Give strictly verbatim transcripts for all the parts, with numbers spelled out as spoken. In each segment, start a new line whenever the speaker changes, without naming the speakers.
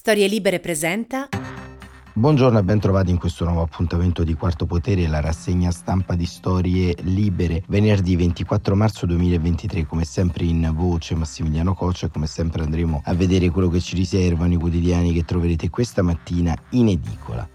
Storie Libere presenta.
Buongiorno e ben trovati in questo nuovo appuntamento di Quarto Potere, la rassegna stampa di Storie Libere. Venerdì ventiquattro marzo duemilaventitré, come sempre in voce Massimiliano Coccia, e come sempre andremo a vedere quello che ci riservano i quotidiani che troverete questa mattina in edicola.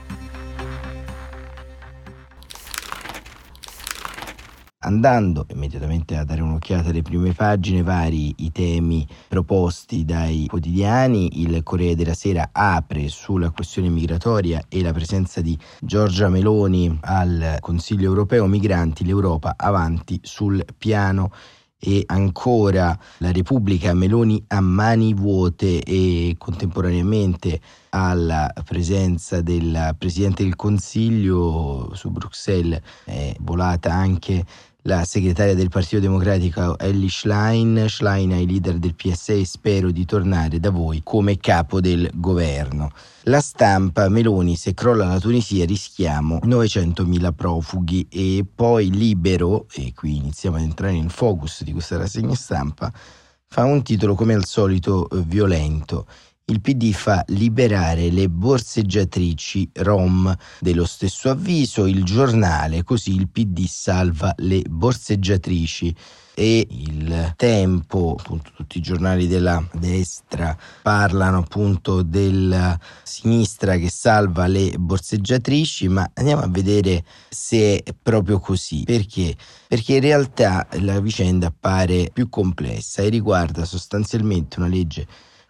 Andando immediatamente a dare un'occhiata alle prime pagine, vari i temi proposti dai quotidiani. Il Corriere della Sera apre sulla questione migratoria e la presenza di Giorgia Meloni al Consiglio europeo. Migranti, l'Europa avanti sul piano. E ancora la Repubblica, Meloni a mani vuote, e contemporaneamente alla presenza del Presidente del Consiglio su Bruxelles è volata anche la segretaria del Partito Democratico Elly Schlein. Schlein ai leader del P S E: spero di tornare da voi come capo del governo. La Stampa, Meloni, se crolla la Tunisia rischiamo novecentomila profughi. E poi Libero, e qui iniziamo ad entrare nel focus di questa rassegna stampa, fa un titolo come al solito violento. Il P D fa liberare le borseggiatrici rom. Dello stesso avviso Il Giornale, così il P D salva le borseggiatrici. E Il Tempo, appunto tutti i giornali della destra parlano appunto della sinistra che salva le borseggiatrici, ma andiamo a vedere se è proprio così. Perché? Perché in realtà la vicenda appare più complessa e riguarda sostanzialmente una legge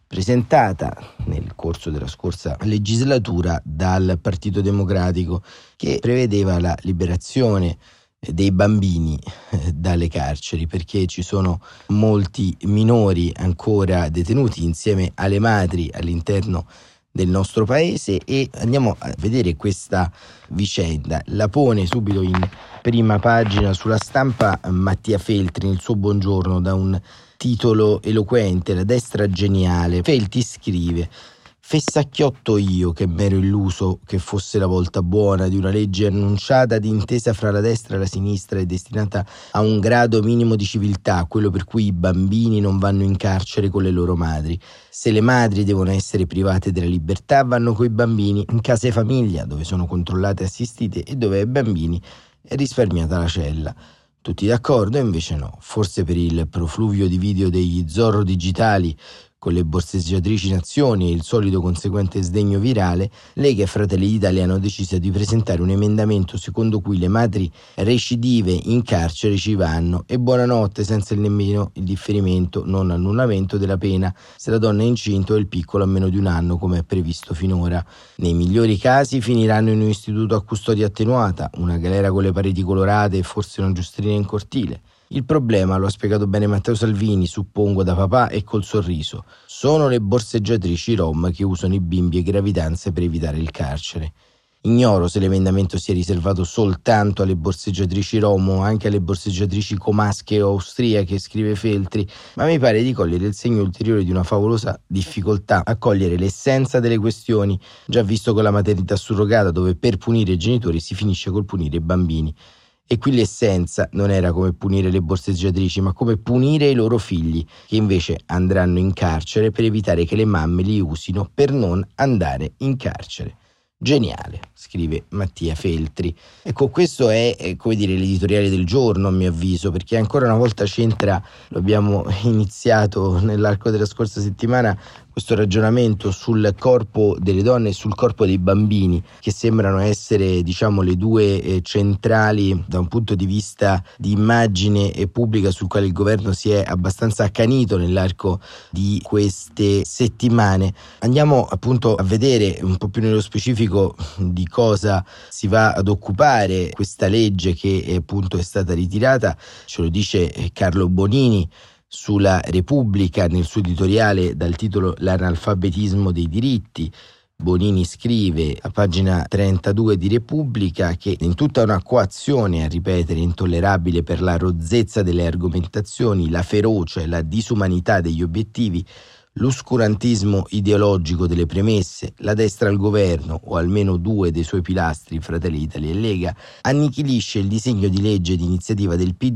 presentata nel corso della scorsa legislatura dal Partito Democratico, che prevedeva la liberazione dei bambini dalle carceri, perché ci sono molti minori ancora detenuti insieme alle madri all'interno del nostro paese. E andiamo a vedere questa vicenda. La pone subito in prima pagina sulla Stampa Mattia Feltri nel suo Buongiorno, da un titolo eloquente: la destra geniale. Feltri scrive: fessacchiotto io che m'ero illuso che fosse la volta buona di una legge annunciata d'intesa fra la destra e la sinistra e destinata a un grado minimo di civiltà, quello per cui i bambini non vanno in carcere con le loro madri. Se le madri devono essere private della libertà, vanno coi bambini in case famiglia, dove sono controllate e assistite e dove ai bambini è risparmiata la cella. Tutti d'accordo? E invece no. Forse per il profluvio di video degli Zorro digitali con le borseggiatrici in azione e il solito conseguente sdegno virale, Lega e Fratelli d'Italia hanno deciso di presentare un emendamento secondo cui le madri recidive in carcere ci vanno, e buonanotte, senza nemmeno il differimento, non annullamento della pena, se la donna è incinta o il piccolo ha meno di un anno, come è previsto finora. Nei migliori casi finiranno in un istituto a custodia attenuata, una galera con le pareti colorate e forse una giostrina in cortile. Il problema, lo ha spiegato bene Matteo Salvini, suppongo da papà e col sorriso, sono le borseggiatrici rom che usano i bimbi e gravidanze per evitare il carcere. Ignoro se l'emendamento sia riservato soltanto alle borseggiatrici rom o anche alle borseggiatrici comasche o austriache, scrive Feltri, ma mi pare di cogliere il segno ulteriore di una favolosa difficoltà a cogliere l'essenza delle questioni, già visto con la maternità surrogata, dove per punire i genitori si finisce col punire i bambini. E qui l'essenza non era come punire le borseggiatrici, ma come punire i loro figli, che invece andranno in carcere per evitare che le mamme li usino per non andare in carcere. Geniale, scrive Mattia Feltri. Ecco, questo è, è come dire l'editoriale del giorno, a mio avviso, perché ancora una volta c'entra, lo abbiamo iniziato nell'arco della scorsa settimana, questo ragionamento sul corpo delle donne e sul corpo dei bambini, che sembrano essere, diciamo, le due eh, centrali da un punto di vista di immagine e pubblica, sul quale il governo si è abbastanza accanito nell'arco di queste settimane. Andiamo appunto a vedere un po' più nello specifico di cosa si va ad occupare questa legge che eh, appunto è stata ritirata. Ce lo dice eh, Carlo Bonini sulla Repubblica nel suo editoriale dal titolo L'analfabetismo dei diritti. Bonini scrive a pagina trentadue di Repubblica che in tutta una coazione a ripetere intollerabile per la rozzezza delle argomentazioni, la ferocia e la disumanità degli obiettivi, l'oscurantismo ideologico delle premesse, la destra al governo, o almeno due dei suoi pilastri, Fratelli d'Italia e Lega, annichilisce il disegno di legge di iniziativa del P D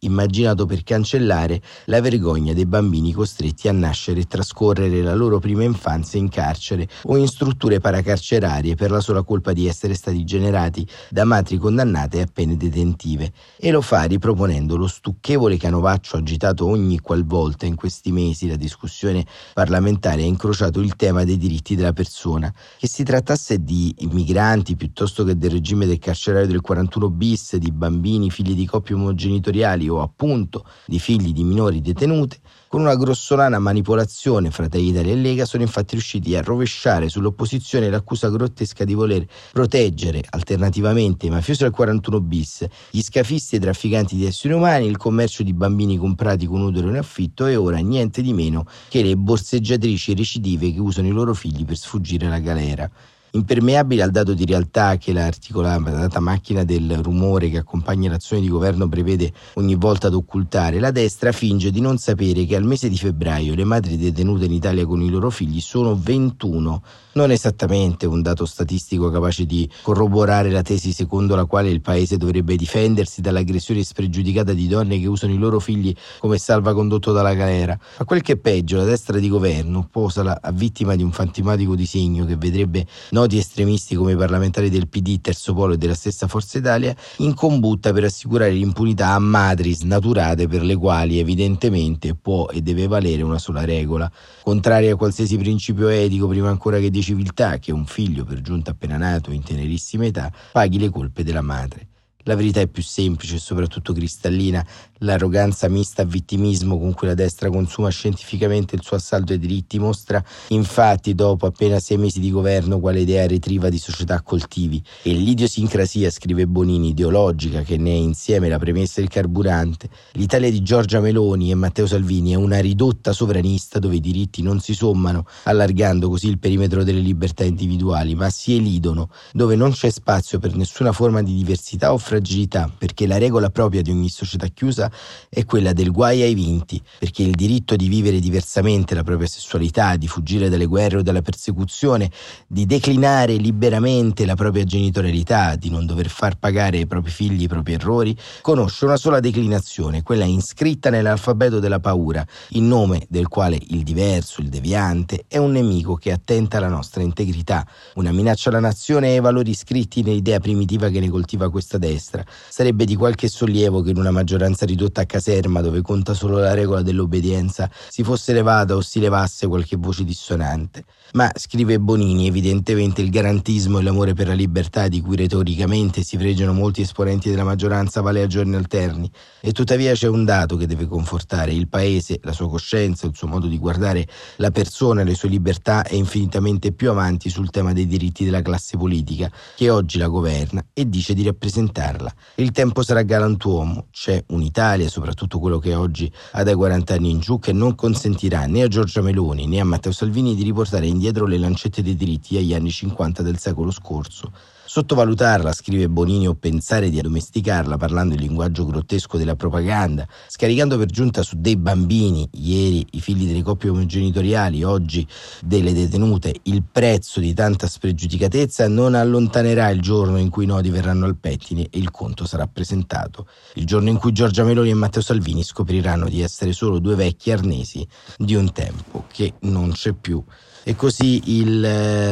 immaginato per cancellare la vergogna dei bambini costretti a nascere e trascorrere la loro prima infanzia in carcere o in strutture paracarcerarie per la sola colpa di essere stati generati da madri condannate a pene detentive. E lo fa riproponendo lo stucchevole canovaccio agitato ogni qualvolta in questi mesi la discussione parlamentare ha incrociato il tema dei diritti della persona, che si trattasse di migranti piuttosto che del regime del carcerario del quarantuno bis, di bambini figli di coppie omogenitoriali o appunto di figli di minori detenute. Con una grossolana manipolazione Fratelli d'Italia e Lega sono infatti riusciti a rovesciare sull'opposizione l'accusa grottesca di voler proteggere alternativamente i mafiosi del quarantuno bis, gli scafisti e i trafficanti di esseri umani, il commercio di bambini comprati con utero in affitto e ora niente di meno che le borseggiatrici recidive che usano i loro figli per sfuggire alla galera. Impermeabile al dato di realtà che l'articolata macchina del rumore che accompagna l'azione di governo prevede ogni volta ad occultare, la destra finge di non sapere che al mese di febbraio le madri detenute in Italia con i loro figli sono ventuno. Non esattamente un dato statistico capace di corroborare la tesi secondo la quale il paese dovrebbe difendersi dall'aggressione spregiudicata di donne che usano i loro figli come salvacondotto dalla galera. Ma quel che è peggio, la destra di governo, posala a vittima di un fantomatico disegno che vedrebbe noti estremisti come i parlamentari del P D, Terzo Polo e della stessa Forza Italia in combutta per assicurare l'impunità a madri snaturate per le quali evidentemente può e deve valere una sola regola, contraria a qualsiasi principio etico prima ancora che di civiltà, che un figlio per giunta appena nato in tenerissima età paghi le colpe della madre. La verità è più semplice e soprattutto cristallina. L'arroganza mista a vittimismo con cui la destra consuma scientificamente il suo assalto ai diritti mostra infatti dopo appena sei mesi di governo quale idea retriva di società coltivi, e l'idiosincrasia, scrive Bonini, ideologica che ne è insieme la premessa e il carburante. L'Italia di Giorgia Meloni e Matteo Salvini è una ridotta sovranista dove i diritti non si sommano, allargando così il perimetro delle libertà individuali, ma si elidono, dove non c'è spazio per nessuna forma di diversità o fragilità, perché la regola propria di ogni società chiusa è quella del guai ai vinti, perché il diritto di vivere diversamente la propria sessualità, di fuggire dalle guerre o dalla persecuzione, di declinare liberamente la propria genitorialità, di non dover far pagare ai propri figli i propri errori, conosce una sola declinazione, quella iscritta nell'alfabeto della paura, in nome del quale il diverso, il deviante, è un nemico che attenta alla nostra integrità, una minaccia alla nazione e ai valori scritti nell'idea primitiva che ne coltiva questa destra. Sarebbe di qualche sollievo che in una maggioranza ridotta a caserma, dove conta solo la regola dell'obbedienza, si fosse levata o si levasse qualche voce dissonante. Ma, scrive Bonini, evidentemente il garantismo e l'amore per la libertà di cui retoricamente si fregiano molti esponenti della maggioranza vale a giorni alterni, e tuttavia c'è un dato che deve confortare: il paese, la sua coscienza, il suo modo di guardare la persona e le sue libertà è infinitamente più avanti sul tema dei diritti della classe politica che oggi la governa e dice di rappresentarla. Il tempo sarà galantuomo, c'è un'Italia, soprattutto quello che oggi ha dai quaranta anni in giù, che non consentirà né a Giorgia Meloni né a Matteo Salvini di riportare indietro le lancette dei diritti agli anni cinquanta del secolo scorso. Sottovalutarla, scrive Bonini, o pensare di addomesticarla parlando il linguaggio grottesco della propaganda, scaricando per giunta su dei bambini, ieri i figli delle coppie omogenitoriali, oggi delle detenute, il prezzo di tanta spregiudicatezza, non allontanerà il giorno in cui i nodi verranno al pettine e il conto sarà presentato. Il giorno in cui Giorgia Meloni e Matteo Salvini scopriranno di essere solo due vecchi arnesi di un tempo che non c'è più. E così il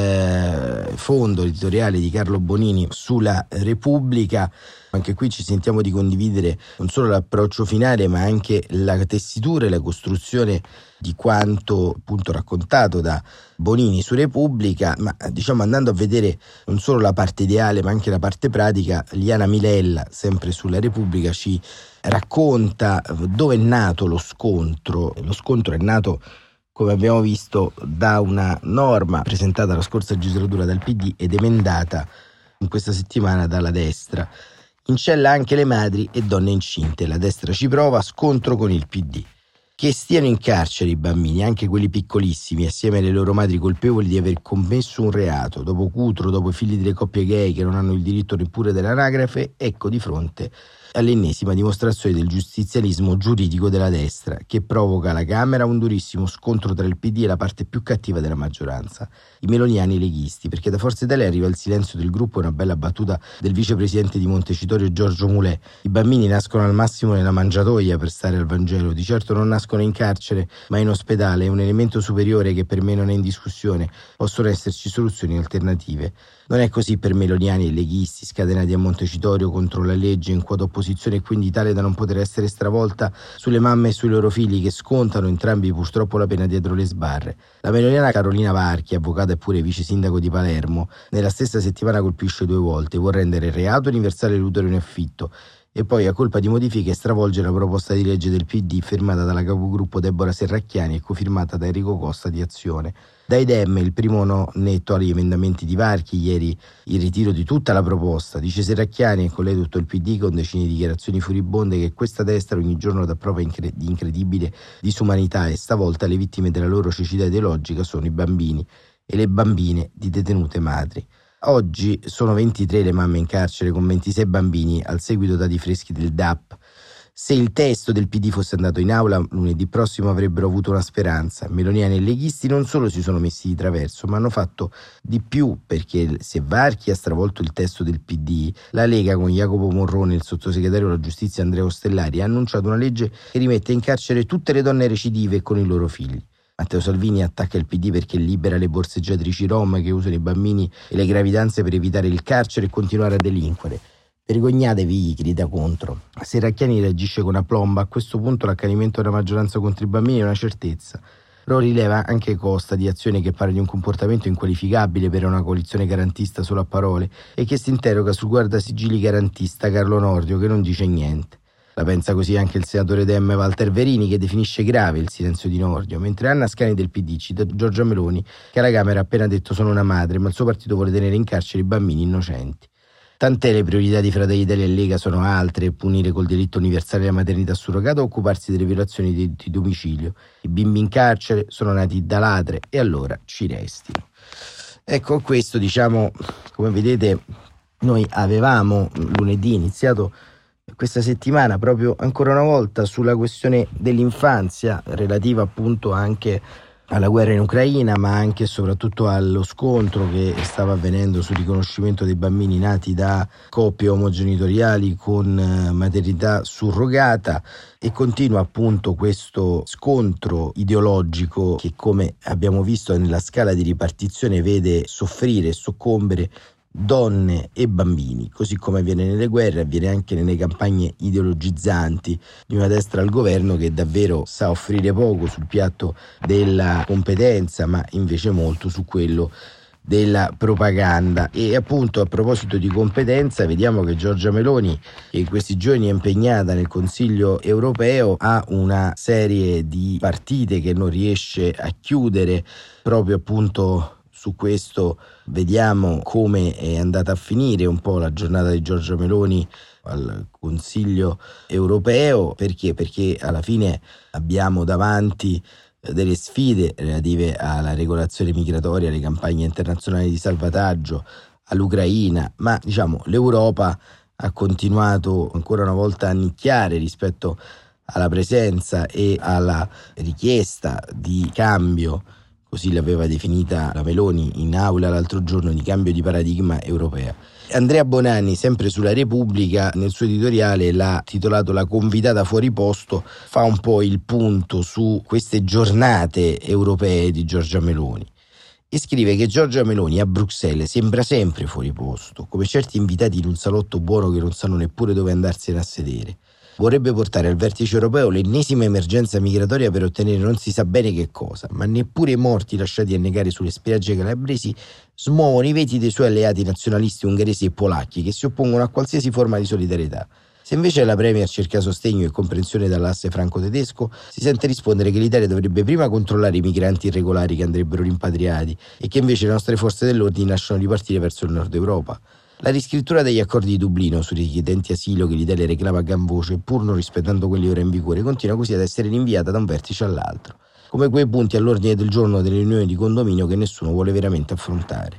eh, fondo editoriale di Carlo Bonini sulla Repubblica. Anche qui ci sentiamo di condividere non solo l'approccio finale, ma anche la tessitura e la costruzione di quanto appunto raccontato da Bonini su Repubblica, ma diciamo andando a vedere non solo la parte ideale ma anche la parte pratica. Liana Milella, sempre sulla Repubblica, ci racconta dove è nato lo scontro. Lo scontro è nato, come abbiamo visto, da una norma presentata la scorsa legislatura dal P D ed emendata in questa settimana dalla destra. In cella anche le madri e donne incinte. La destra ci prova, scontro con il P D. Che stiano in carcere i bambini, anche quelli piccolissimi, assieme alle loro madri colpevoli di aver commesso un reato, dopo Cutro, dopo i figli delle coppie gay che non hanno il diritto neppure dell'anagrafe, ecco di fronte all'ennesima dimostrazione del giustizialismo giuridico della destra, che provoca alla Camera un durissimo scontro tra il P D e la parte più cattiva della maggioranza, i meloniani leghisti, perché da Forza Italia arriva il silenzio del gruppo e una bella battuta del vicepresidente di Montecitorio Giorgio Mulè: i bambini nascono al massimo nella mangiatoia, per stare al Vangelo, di certo non nascono in carcere ma in ospedale, è un elemento superiore che per me non è in discussione, possono esserci soluzioni alternative. Non è così per meloniani e leghisti scatenati a Montecitorio contro la legge in quota opposizione e quindi tale da non poter essere stravolta sulle mamme e sui loro figli, che scontano entrambi purtroppo la pena dietro le sbarre. La meloniana Carolina Varchi, avvocata e pure vice sindaco di Palermo, nella stessa settimana colpisce due volte: vuol rendere reato universale l'utero in affitto e poi, a colpa di modifiche, stravolge la proposta di legge del P D firmata dalla capogruppo Deborah Serracchiani e cofirmata da Enrico Costa di Azione. Dai Dem il primo no netto agli emendamenti di Varchi, ieri il ritiro di tutta la proposta. Dice Serracchiani e con lei tutto il P D, con decine di dichiarazioni furibonde, che questa destra ogni giorno dà prova incre- di incredibile disumanità e stavolta le vittime della loro cecità ideologica sono i bambini e le bambine di detenute madri. Oggi sono ventitré le mamme in carcere con ventisei bambini al seguito dati freschi del D A P. Se il testo del P D fosse andato in aula lunedì prossimo avrebbero avuto una speranza. Meloniani e leghisti non solo si sono messi di traverso, ma hanno fatto di più, perché se Varchi ha stravolto il testo del P D, la Lega con Jacopo Morrone e il sottosegretario alla giustizia Andrea Ostellari ha annunciato una legge che rimette in carcere tutte le donne recidive con i loro figli. Matteo Salvini attacca il P D perché libera le borseggiatrici rom che usano i bambini e le gravidanze per evitare il carcere e continuare a delinquere. Vergognatevi, grida contro. Serracchiani reagisce con aplomb: a questo punto l'accanimento della maggioranza contro i bambini è una certezza. Lo rileva anche Costa di Azione, che parla di un comportamento inqualificabile per una coalizione garantista solo a parole e che si interroga sul guardasigilli garantista Carlo Nordio, che non dice niente. La pensa così anche il senatore Dem Walter Verini, che definisce grave il silenzio di Nordio, mentre Anna Ascani del P D cita Giorgia Meloni, che alla Camera ha appena detto sono una madre, ma il suo partito vuole tenere in carcere i bambini innocenti. Tant'è, le priorità di Fratelli d'Italia e Lega sono altre: punire col delitto universale la maternità surrogata o occuparsi delle violazioni di, di domicilio. I bimbi in carcere sono nati da ladre e allora ci restino. Ecco, questo, diciamo, come vedete, noi avevamo lunedì iniziato questa settimana proprio ancora una volta sulla questione dell'infanzia, relativa appunto anche alla guerra in Ucraina, ma anche e soprattutto allo scontro che stava avvenendo sul riconoscimento dei bambini nati da coppie omogenitoriali con maternità surrogata, e continua appunto questo scontro ideologico che, come abbiamo visto nella scala di ripartizione, vede soffrire e soccombere donne e bambini, così come avviene nelle guerre, avviene anche nelle campagne ideologizzanti di una destra al governo che davvero sa offrire poco sul piatto della competenza, ma invece molto su quello della propaganda. E appunto, a proposito di competenza, vediamo che Giorgia Meloni, che in questi giorni è impegnata nel Consiglio europeo, ha una serie di partite che non riesce a chiudere. Proprio appunto su questo vediamo come è andata a finire un po' la giornata di Giorgia Meloni al Consiglio europeo. Perché? Perché alla fine abbiamo davanti delle sfide relative alla regolazione migratoria, alle campagne internazionali di salvataggio, all'Ucraina, ma diciamo l'Europa ha continuato ancora una volta a nicchiare rispetto alla presenza e alla richiesta di cambio, così l'aveva definita la Meloni in aula l'altro giorno, di cambio di paradigma europea. Andrea Bonanni, sempre sulla Repubblica, nel suo editoriale l'ha titolato La convitata fuori posto, fa un po' il punto su queste giornate europee di Giorgia Meloni e scrive che Giorgia Meloni a Bruxelles sembra sempre fuori posto, come certi invitati in un salotto buono che non sanno neppure dove andarsene a sedere. Vorrebbe portare al vertice europeo l'ennesima emergenza migratoria per ottenere non si sa bene che cosa, ma neppure i morti lasciati annegare sulle spiagge calabresi smuovono i veti dei suoi alleati nazionalisti ungheresi e polacchi, che si oppongono a qualsiasi forma di solidarietà. Se invece la Premier cerca sostegno e comprensione dall'asse franco-tedesco, si sente rispondere che l'Italia dovrebbe prima controllare i migranti irregolari che andrebbero rimpatriati e che invece le nostre forze dell'ordine lasciano ripartire verso il nord Europa. La riscrittura degli accordi di Dublino sui richiedenti asilo, che l'Italia reclama a gran voce, pur non rispettando quelli ora in vigore, continua così ad essere rinviata da un vertice all'altro, come quei punti all'ordine del giorno delle riunioni di condominio che nessuno vuole veramente affrontare.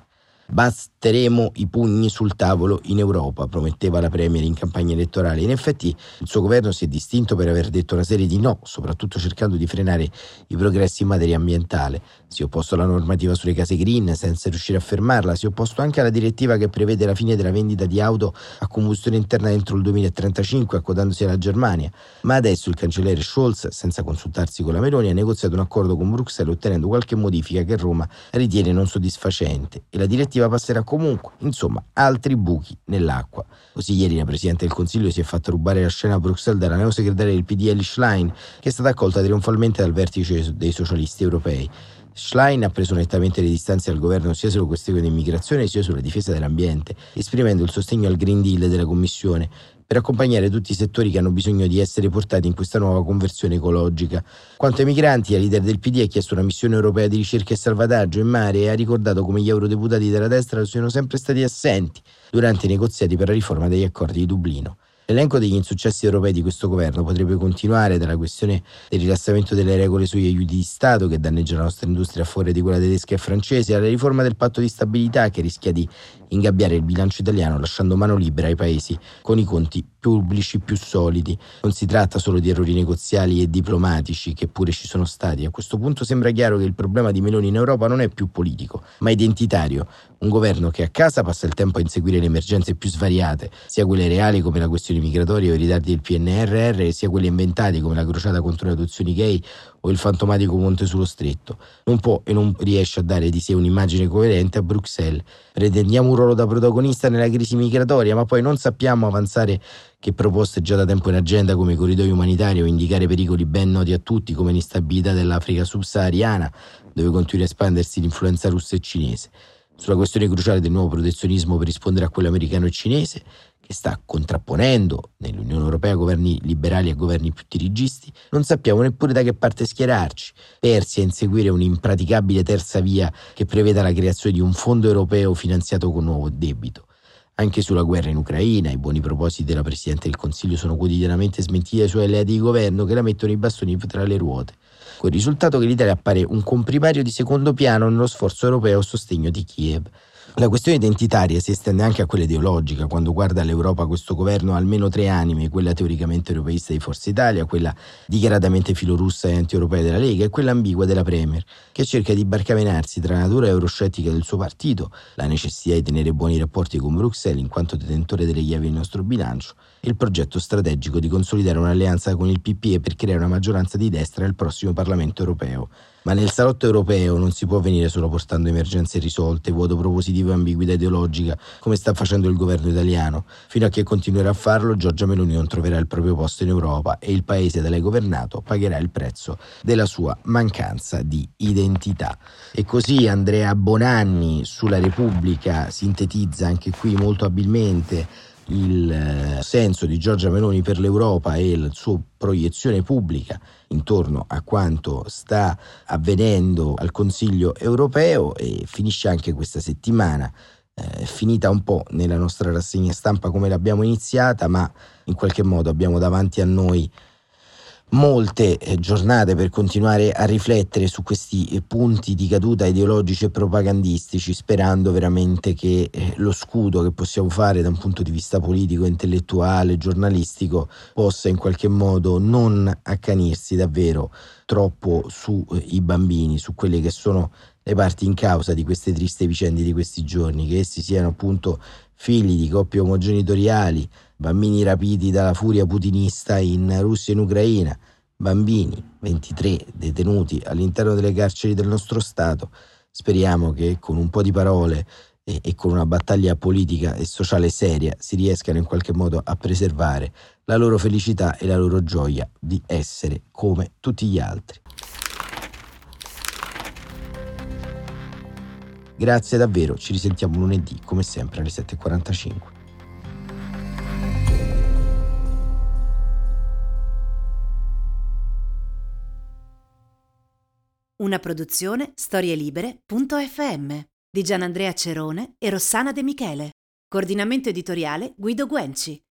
Batteremo i pugni sul tavolo in Europa, prometteva la Premier in campagna elettorale. In effetti il suo governo si è distinto per aver detto una serie di no, soprattutto cercando di frenare i progressi in materia ambientale. Si è opposto alla normativa sulle case green senza riuscire a fermarla, si è opposto anche alla direttiva che prevede la fine della vendita di auto a combustione interna entro il duemilatrentacinque, accodandosi alla Germania. Ma adesso il cancelliere Scholz, senza consultarsi con la Meloni, ha negoziato un accordo con Bruxelles ottenendo qualche modifica che Roma ritiene non soddisfacente e la direttiva passerà comunque. Insomma, altri buchi nell'acqua. Così ieri la Presidente del Consiglio si è fatta rubare la scena a Bruxelles dalla neosegretaria del P D Elly Schlein, che è stata accolta trionfalmente dal vertice dei socialisti europei. Schlein ha preso nettamente le distanze dal governo sia sulla questione dell'immigrazione sia sulla difesa dell'ambiente, esprimendo il sostegno al Green Deal della Commissione per accompagnare tutti i settori che hanno bisogno di essere portati in questa nuova conversione ecologica. Quanto ai migranti, la leader del P D ha chiesto una missione europea di ricerca e salvataggio in mare e ha ricordato come gli eurodeputati della destra siano sempre stati assenti durante i negoziati per la riforma degli accordi di Dublino. L'elenco degli insuccessi europei di questo governo potrebbe continuare dalla questione del rilassamento delle regole sugli aiuti di Stato che danneggia la nostra industria a favore di quella tedesca e francese, alla riforma del patto di stabilità che rischia di ingabbiare il bilancio italiano lasciando mano libera ai paesi con i conti pubblici più solidi. Non si tratta solo di errori negoziali e diplomatici, che pure ci sono stati. A questo punto sembra chiaro che il problema di Meloni in Europa non è più politico, ma identitario. Un governo che a casa passa il tempo a inseguire le emergenze più svariate, sia quelle reali come la questione migratoria o i ritardi del P N R R, sia quelle inventate come la crociata contro le adozioni gay o il fantomatico Ponte sullo Stretto. Non può e non riesce a dare di sé un'immagine coerente a Bruxelles. Pretendiamo un ruolo da protagonista nella crisi migratoria, ma poi non sappiamo avanzare che proposte già da tempo in agenda come i corridoi umanitari o indicare pericoli ben noti a tutti come l'instabilità dell'Africa subsahariana, dove continua a espandersi l'influenza russa e cinese. Sulla questione cruciale del nuovo protezionismo per rispondere a quello americano e cinese, che sta contrapponendo nell'Unione Europea governi liberali a governi più dirigisti, non sappiamo neppure da che parte schierarci, persi a inseguire un'impraticabile terza via che preveda la creazione di un fondo europeo finanziato con nuovo debito. Anche sulla guerra in Ucraina, i buoni propositi della Presidente del Consiglio sono quotidianamente smentiti dai suoi alleati di governo che la mettono i bastoni tra le ruote, col risultato che l'Italia appare un comprimario di secondo piano nello sforzo europeo a sostegno di Kiev. La questione identitaria si estende anche a quella ideologica. Quando guarda all'Europa, questo governo ha almeno tre anime: quella teoricamente europeista di Forza Italia, quella dichiaratamente filorussa e anti-europea della Lega e quella ambigua della Premier, che cerca di barcamenarsi tra la natura euroscettica del suo partito, la necessità di tenere buoni rapporti con Bruxelles in quanto detentore delle chiavi del nostro bilancio, e il progetto strategico di consolidare un'alleanza con il P P E per creare una maggioranza di destra nel prossimo Parlamento europeo. Ma nel salotto europeo non si può venire solo portando emergenze irrisolte, vuoto propositivo e ambiguità ideologica, come sta facendo il governo italiano. Fino a che continuerà a farlo, Giorgia Meloni non troverà il proprio posto in Europa e il paese da lei governato pagherà il prezzo della sua mancanza di identità. E così Andrea Bonanni sulla Repubblica sintetizza anche qui molto abilmente il senso di Giorgia Meloni per l'Europa e la sua proiezione pubblica intorno a quanto sta avvenendo al Consiglio europeo, e finisce anche questa settimana, eh, finita un po' nella nostra rassegna stampa come l'abbiamo iniziata, ma in qualche modo abbiamo davanti a noi molte eh, giornate per continuare a riflettere su questi eh, punti di caduta ideologici e propagandistici, sperando veramente che eh, lo scudo che possiamo fare da un punto di vista politico, intellettuale, giornalistico possa in qualche modo non accanirsi davvero troppo sui eh, bambini, su quelle che sono le parti in causa di queste tristi vicende di questi giorni, che essi siano appunto figli di coppie omogenitoriali, bambini rapiti dalla furia putinista in Russia e in Ucraina, bambini, ventitré detenuti all'interno delle carceri del nostro Stato. Speriamo che con un po' di parole e, e con una battaglia politica e sociale seria si riescano in qualche modo a preservare la loro felicità e la loro gioia di essere come tutti gli altri. Grazie davvero, ci risentiamo lunedì come sempre alle sette e quarantacinque.
Una produzione storielibere punto effe emme di Gianandrea Cerone e Rossana De Michele. Coordinamento editoriale Guido Guenci.